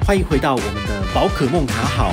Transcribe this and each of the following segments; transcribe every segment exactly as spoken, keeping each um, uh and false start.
欢迎回到我们的宝可梦卡好。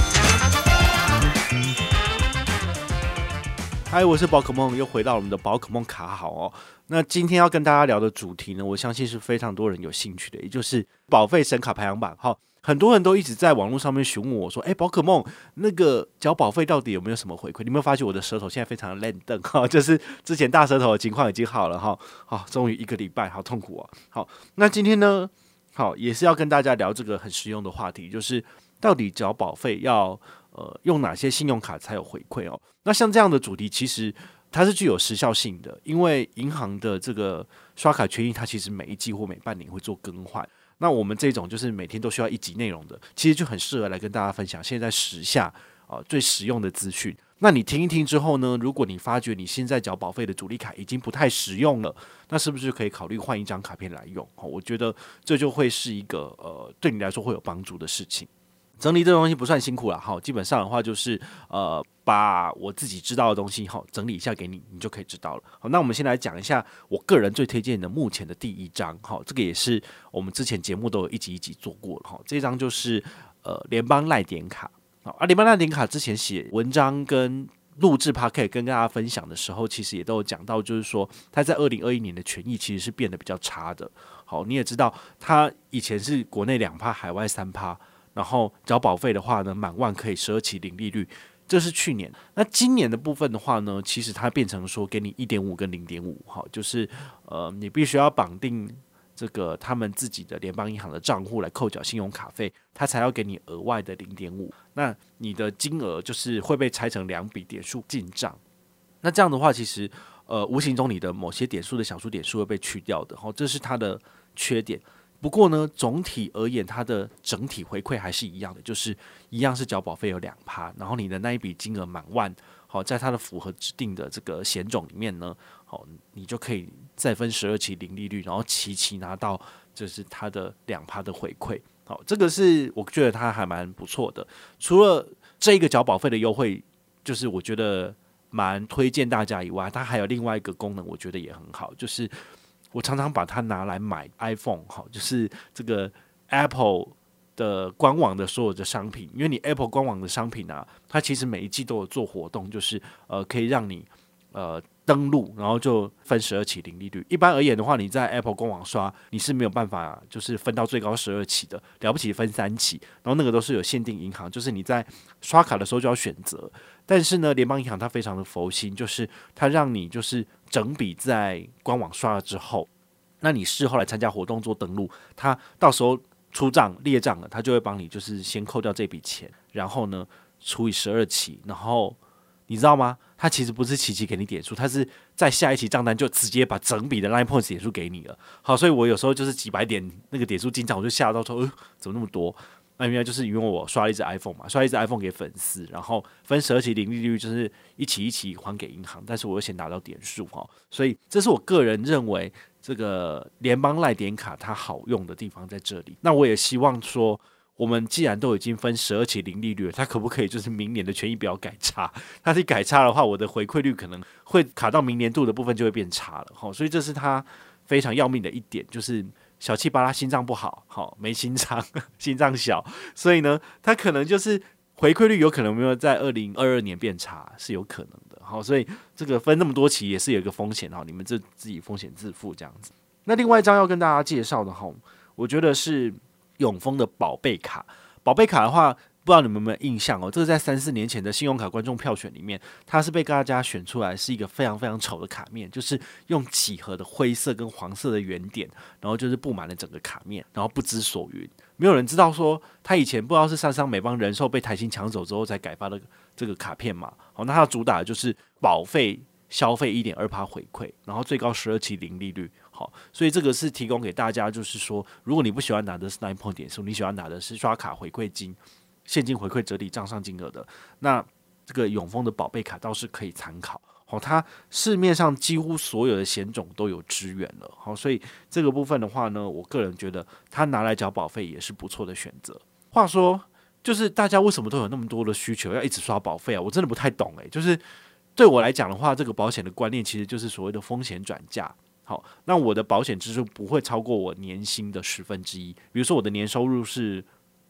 嗨，我是宝可梦，又回到我们的宝可梦卡好哦。那今天要跟大家聊的主题呢，我相信是非常多人有兴趣的，也就是保费神卡排行榜。好，很多人都一直在网络上面询问我说：“哎，宝可梦，那个缴保费到底有没有什么回馈？”你有没有发觉我的舌头现在非常的烂瞪哈？就是之前大舌头的情况已经好了哈。好，终于一个礼拜，好痛苦哦。好，那今天呢，好也是要跟大家聊这个很实用的话题，就是到底缴保费要呃用哪些信用卡才有回馈哦？那像这样的主题，其实它是具有时效性的，因为银行的这个刷卡权益，它其实每一季或每半年会做更换。那我们这种就是每天都需要一集内容的，其实就很适合来跟大家分享现在时下啊、呃、最实用的资讯。那你听一听之后呢，如果你发觉你现在缴保费的主力卡已经不太实用了，那是不是可以考虑换一张卡片来用？我觉得这就会是一个呃对你来说会有帮助的事情。整理这东西不算辛苦啦，好，基本上的话就是呃把我自己知道的东西好整理一下给你，你就可以知道了。好，那我们先来讲一下我个人最推荐的目前的第一张，好，这个也是我们之前节目都有一集一集做过了，好，这张就是呃联邦赖点卡，好啊，联邦赖点卡之前写文章跟录制 Podcast 跟大家分享的时候，其实也都有讲到，就是说它在二零二一年的权益其实是变得比较差的。好，你也知道，它以前是国内两趴，海外三趴。然后缴保费的话呢，满万可以十二期零利率，这是去年。那今年的部分的话呢，其实它变成说给你 一点五 跟 零点五， 好，就是呃你必须要绑定这个他们自己的联邦银行的账户来扣缴信用卡费，它才要给你额外的 零点五。那你的金额就是会被拆成两笔点数进账。那这样的话，其实呃无形中你的某些点数的小数点数会被去掉的，好，这是它的缺点。不过呢，总体而言，它的整体回馈还是一样的，就是一样是缴保费有两趴，然后你的那一笔金额满万，好，在它的符合指定的这个险种里面呢，好，你就可以再分十二期零利率，然后期期拿到就是它的两趴的回馈，好，这个是我觉得它还蛮不错的。除了这个缴保费的优惠，就是我觉得蛮推荐大家以外，它还有另外一个功能，我觉得也很好，就是。我常常把它拿来买 iPhone， 好，就是这个 Apple 的官网的所有的商品，因为你 Apple 官网的商品啊，它其实每一季都有做活动，就是呃可以让你呃登录，然后就分十二期零利率。一般而言的话，你在 Apple 官网刷，你是没有办法就是分到最高十二期的，了不起分三期，然后那个都是有限定银行，就是你在刷卡的时候就要选择。但是呢，联邦银行它非常的佛心，就是它让你就是整笔在官网刷了之后，那你事后来参加活动做登录，它到时候出账列账了，它就会帮你就是先扣掉这笔钱，然后呢除以十二期，然后你知道吗？它其实不是期期给你点数，它是在下一期账单就直接把整笔的 Line Points 点数给你了。好，所以我有时候就是几百点那个点数进账，我就吓到说，呃，怎么那么多？那原来就是因为我刷了一只 iPhone 嘛，刷了一只 iPhone 给粉丝，然后分十二期零利率，就是一期一期还给银行，但是我又先拿到点数哈，所以这是我个人认为这个联邦赖点卡它好用的地方在这里。那我也希望说，我们既然都已经分十二期零利率了，它可不可以就是明年的权益不要改差？它是改差的话，我的回馈率可能会卡到明年度的部分就会变差了哈，所以这是它非常要命的一点，就是小气巴拉心脏不好，好没心脏，心脏小，所以呢，它可能就是回馈率有可能没有在二零二二年变差，是有可能的。好，所以这个分那么多期也是有一个风险哈，你们这自己风险自负这样子。那另外一张要跟大家介绍的哈，我觉得是永丰的宝贝卡。宝贝卡的话，不知道你们有没有印象哦？这个在三四年前的信用卡观众票选里面，它是被大家选出来是一个非常非常丑的卡面，就是用几何的灰色跟黄色的圆点，然后就是布满了整个卡面，然后不知所云。没有人知道说，他以前不知道是三商美邦人寿被台新抢走之后才改发的这个卡片嘛。好，那它主打的就是保费消费 一点二趴 回馈，然后最高十二期零利率。好，所以这个是提供给大家，就是说，如果你不喜欢拿的是 Line Point 点数，你喜欢拿的是刷卡回馈金。现金回馈折抵账上金额的，那这个永丰的宝贝卡倒是可以参考。好，它市面上几乎所有的险种都有支援了。好，所以这个部分的话呢，我个人觉得它拿来缴保费也是不错的选择。话说，就是大家为什么都有那么多的需求要一直刷保费啊？我真的不太懂诶、欸。就是对我来讲的话，这个保险的观念其实就是所谓的风险转嫁。好，那我的保险支出不会超过我年薪的十分之一。比如说我的年收入是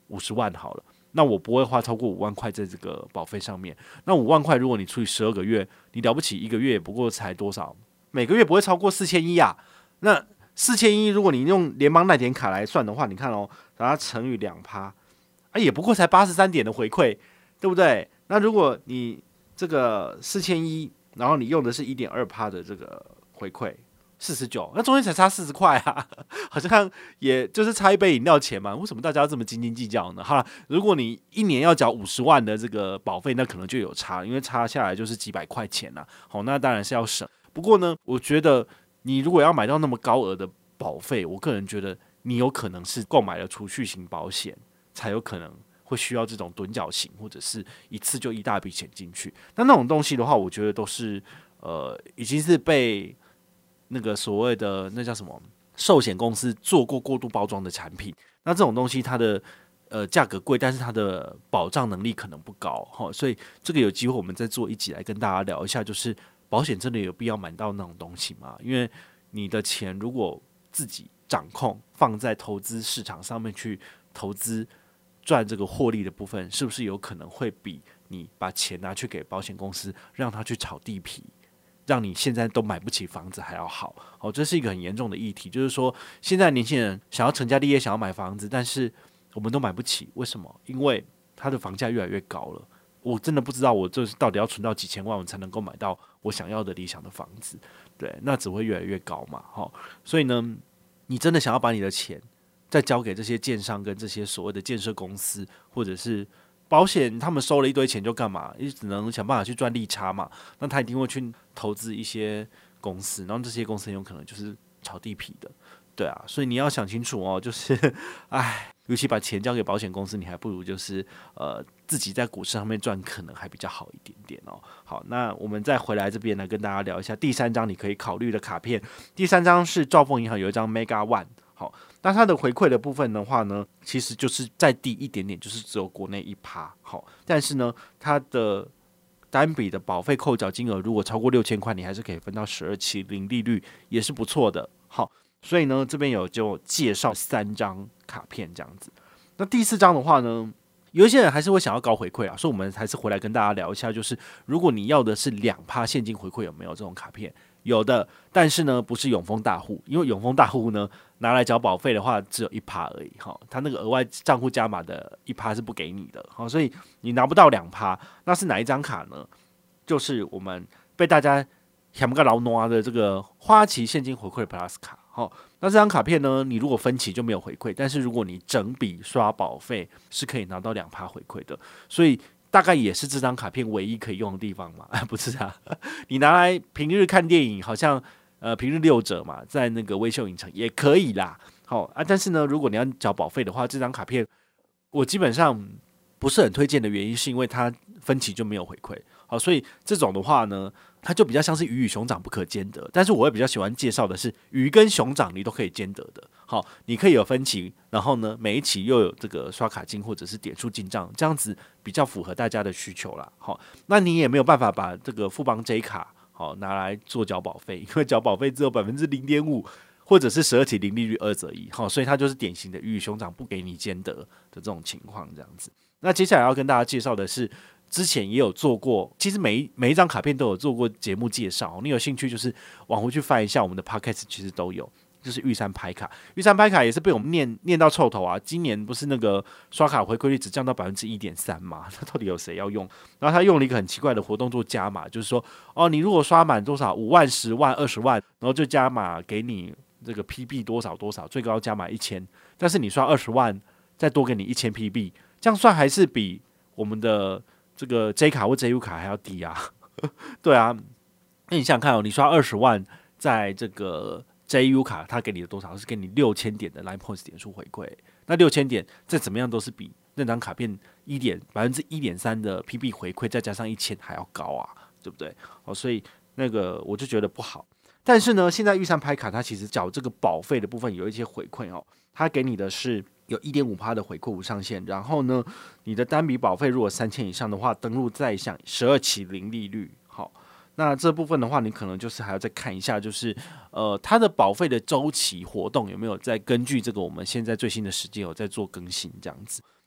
五十万好了，那我不会花超过五万块在这个保费上面。那五万块如果你除以十二个月，你了不起一个月也不过才多少？每个月不会超过四千一啊。那四千一，如果你用联邦耐点卡来算的话，你看哦，把它乘以两趴，啊，也不过才八十三点的回馈，对不对？那如果你这个四千一，然后你用的是一点二趴的这个回馈，四十九，那中间才差四十块啊，好像也就是差一杯饮料钱嘛。为什么大家要这么斤斤计较呢？哈，如果你一年要缴五十万的这个保费，那可能就有差，因为差下来就是几百块钱啦。好，那当然是要省。不过呢，我觉得你如果要买到那么高额的保费，我个人觉得你有可能是购买了储蓄型保险，才有可能会需要这种趸缴型，或者是一次就一大笔钱进去。那那种东西的话，我觉得都是呃，已经是被那个所谓的那叫什么寿险公司做过过度包装的产品。那这种东西它的呃价格贵，但是它的保障能力可能不高哈，所以这个有机会我们再做一集来跟大家聊一下，就是保险真的有必要买到那种东西吗？因为你的钱如果自己掌控，放在投资市场上面去投资赚这个获利的部分，是不是有可能会比你把钱拿去给保险公司，让他去炒地皮，让你现在都买不起房子还要好？哦，这是一个很严重的议题，就是说现在年轻人想要成家立业，想要买房子，但是我们都买不起，为什么？因为他的房价越来越高了。我真的不知道我这到底要存到几千万，我才能够买到我想要的理想的房子。对，那只会越来越高嘛。好，所以呢，你真的想要把你的钱再交给这些建商跟这些所谓的建设公司，或者是保险，他们收了一堆钱就干嘛？也只能想办法去赚利差嘛。那他一定会去投资一些公司，然后这些公司很有可能就是炒地皮的。对啊，所以你要想清楚哦，就是哎，尤其把钱交给保险公司，你还不如就是呃自己在股市上面赚，可能还比较好一点点哦。好，那我们再回来这边来跟大家聊一下第三张你可以考虑的卡片。第三张是兆丰银行有一张 Mega One， 好，那它的回馈的部分的话呢，其实就是再低一点点，就是只有国内一趴。好，但是呢，它的单笔的保费扣缴金额如果超过六千块，你还是可以分到十二期零利率，也是不错的。好。所以呢，这边有就介绍三张卡片这样子。那第四张的话呢，有一些人还是会想要高回馈啊，所以我们还是回来跟大家聊一下，就是如果你要的是两趴现金回馈，有没有这种卡片？有的，但是呢，不是永丰大户，因为永丰大户呢拿来缴保费的话，只有一趴而已哈，他那个额外账户加码的一趴是不给你的，好，所以你拿不到两趴。那是哪一张卡呢？就是我们被大家嫌个劳挪的这个花旗现金回馈 Plus 卡。好，那这张卡片呢，你如果分期就没有回馈，但是如果你整笔刷保费是可以拿到两趴回馈的，所以大概也是这张卡片唯一可以用的地方嘛？不是啊，你拿来平日看电影，好像呃平日六折嘛，在那个威秀影城也可以啦。好啊，但是呢，如果你要缴保费的话，这张卡片我基本上不是很推荐的原因，是因为它分期就没有回馈。好，所以这种的话呢，它就比较像是鱼与熊掌不可兼得。但是我会比较喜欢介绍的是，鱼跟熊掌你都可以兼得的。好，你可以有分期，然后呢，每一期又有这个刷卡金或者是点数进账，这样子比较符合大家的需求啦。好，那你也没有办法把这个富邦 J 卡好拿来做缴保费，因为缴保费只有百分之零点五。或者是十二期零利率二折一，好，所以它就是典型的鱼与熊掌不给你兼得的这种情况，这样子。那接下来要跟大家介绍的是，之前也有做过，其实每一每一张卡片都有做过节目介绍，你有兴趣就是往回去翻一下我们的 podcast， 其实都有。就是玉山拍卡，玉山拍卡也是被我们念念到臭头啊！今年不是那个刷卡回馈率只降到百分之一点三嘛？那到底有谁要用？然后他用了一个很奇怪的活动做加码，就是说，哦，你如果刷满多少五万、十万、二十万，然后就加码给你这个 P B 多少多少，最高加码一千，但是你刷二十万，再多给你一千 P B， 这样算还是比我们的这个 J 卡或 J U 卡还要低啊？对啊，那你想想看哦，你刷二十万，在这个J U 卡它给你的多少？是给你六千点的 Line Points 点数回馈。那六千点再怎么样都是比那张卡片一点百分之一点三的 P B 回馈，再加上一千还要高啊，对不对？哦，所以那个我就觉得不好。但是呢，现在玉山拍卡它其实缴这个保费的部分有一些回馈哦，它给你的是有 一点五趴 的回馈无上限，然后呢，你的单笔保费如果三千以上的话，登录再享十二期零利率。好。那这部分的话，你可能就是还要再看一下，就是呃，它的保费的周期活动有没有在根据这个我们现在最新的时间有在做更新这样子。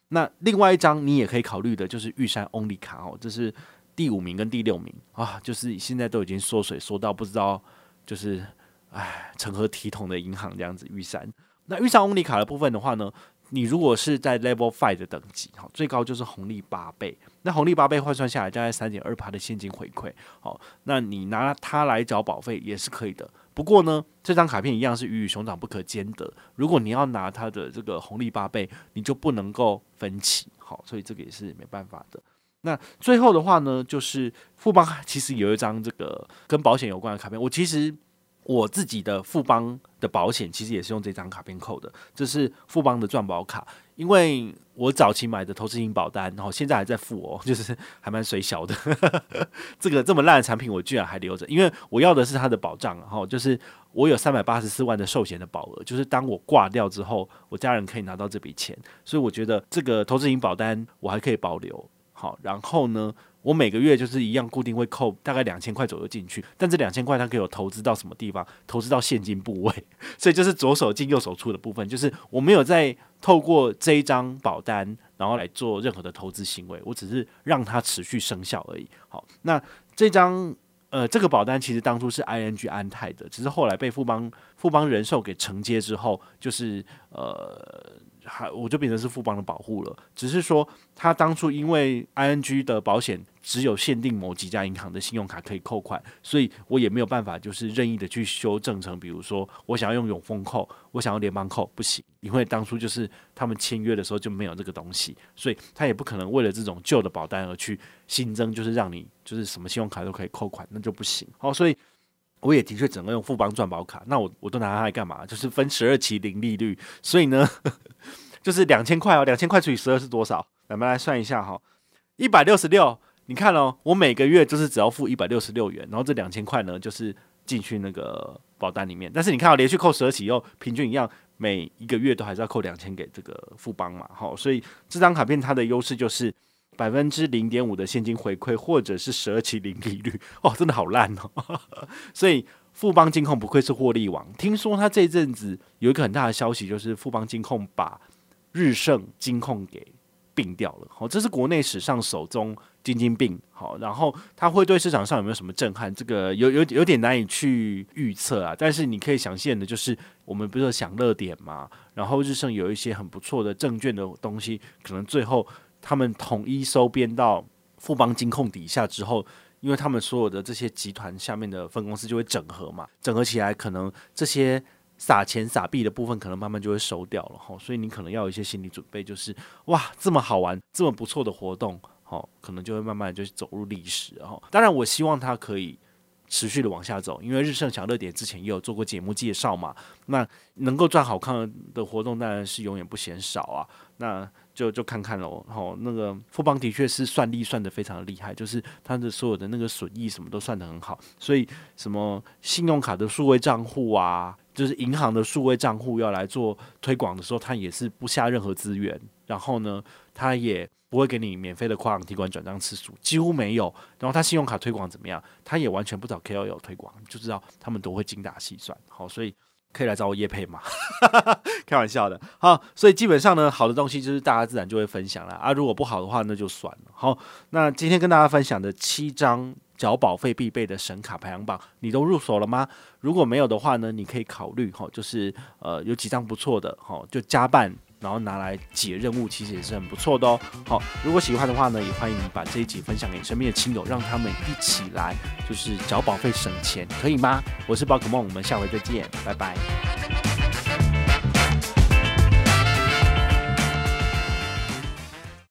那另外一张你也可以考虑的就是玉山 Only 卡哦，这是第五名跟第六名啊，就是现在都已经缩水缩到不知道就是哎成何体统的银行这样子。玉山那玉山 Only 卡的部分的话呢，你如果是在 Level 五 的等级，最高就是红利八倍。那红利八倍换算下来大概 百分之三点二 的现金回馈，好，那你拿它来缴保费也是可以的。不过呢，这张卡片一样是鱼与熊掌不可兼得。如果你要拿它的这个红利八倍，你就不能够分期，好，所以这个也是没办法的。那最后的话呢，就是富邦其实有一张这个跟保险有关的卡片，我其实我自己的富邦的保险其实也是用这张卡片扣的，这是富邦的赚保卡，因为我早期买的投资型保单，然后现在还在付哦，就是还蛮水小的这个这么烂的产品我居然还留着，因为我要的是它的保障，然后就是我有三百八十四万的寿险的保额，就是当我挂掉之后，我家人可以拿到这笔钱，所以我觉得这个投资型保单我还可以保留。好，然后呢，我每个月就是一样固定会扣大概两千块左右进去，但这两千块它可以有投资到什么地方？投资到现金部位，所以就是左手进右手出的部分，就是我没有在透过这一张保单，然后来做任何的投资行为，我只是让它持续生效而已。好，那这张呃这个保单其实当初是 I N G 安泰的，只是后来被富邦富邦人寿给承接之后，就是呃。我就变成是富邦的保护了，只是说他当初因为 I N G 的保险只有限定某几家银行的信用卡可以扣款，所以我也没有办法就是任意的去修正成，比如说我想要用永丰扣，我想要联邦扣，不行，因为当初就是他们签约的时候就没有这个东西，所以他也不可能为了这种旧的保单而去新增，就是让你就是什么信用卡都可以扣款，那就不行。好，所以我也的确只能用富邦赚保卡，那我我都拿它来干嘛？就是分十二期零利率，所以呢，就是两千块哦，两千块除以十二是多少？我们来算一下哈，一百六十六。你看哦，我每个月就是只要付一百六十六元，然后这两千块呢，就是进去那个保单里面。但是你看哦，连续扣十二期以后，平均一样，每一个月都还是要扣两千给这个富邦嘛。好，所以这张卡片它的优势就是百分之零点五的现金回馈，或者是十二期零利率。哦，真的好烂哦。所以富邦金控不愧是获利王。听说他这一阵子有一个很大的消息，就是富邦金控把日盛金控给并掉了。好，这是国内史上首宗金金并。好，然后它会对市场上有没有什么震撼？这个有有有点难以去预测啊。但是你可以想象的就是，我们不是有享乐点嘛，然后日盛有一些很不错的证券的东西，可能最后他们统一收编到富邦金控底下之后，因为他们所有的这些集团下面的分公司就会整合嘛，整合起来可能这些撒钱撒币的部分可能慢慢就会收掉了，所以你可能要有一些心理准备，就是哇这么好玩这么不错的活动，可能就会慢慢就走入历史。当然我希望它可以持续的往下走，因为日盛享乐点之前也有做过节目介绍嘛，那能够赚好看的活动当然是永远不嫌少啊，那就就看看咯。那个富邦的确是算利算得非常的厉害，就是他的所有的那个损益什么都算得很好，所以什么信用卡的数位账户啊，就是银行的数位账户要来做推广的时候，他也是不下任何资源，然后呢他也不会给你免费的跨行提款转账次数，几乎没有。然后他信用卡推广怎么样，他也完全不找 K O L 推广，就知道他们都会精打细算。好，所以可以来找我业配嘛开玩笑的。好，所以基本上呢，好的东西就是大家自然就会分享了啊，如果不好的话那就算了。好，那今天跟大家分享的七张缴保费必备的神卡排行榜，你都入手了吗？如果没有的话呢，你可以考虑就是呃有几张不错的，就加办，然后拿来解任务，其实也是很不错的哦。好，如果喜欢的话呢，也欢迎你把这一集分享给你身边的亲友，让他们一起来就是缴保费省钱，可以吗？我是宝可梦，我们下回再见，拜拜。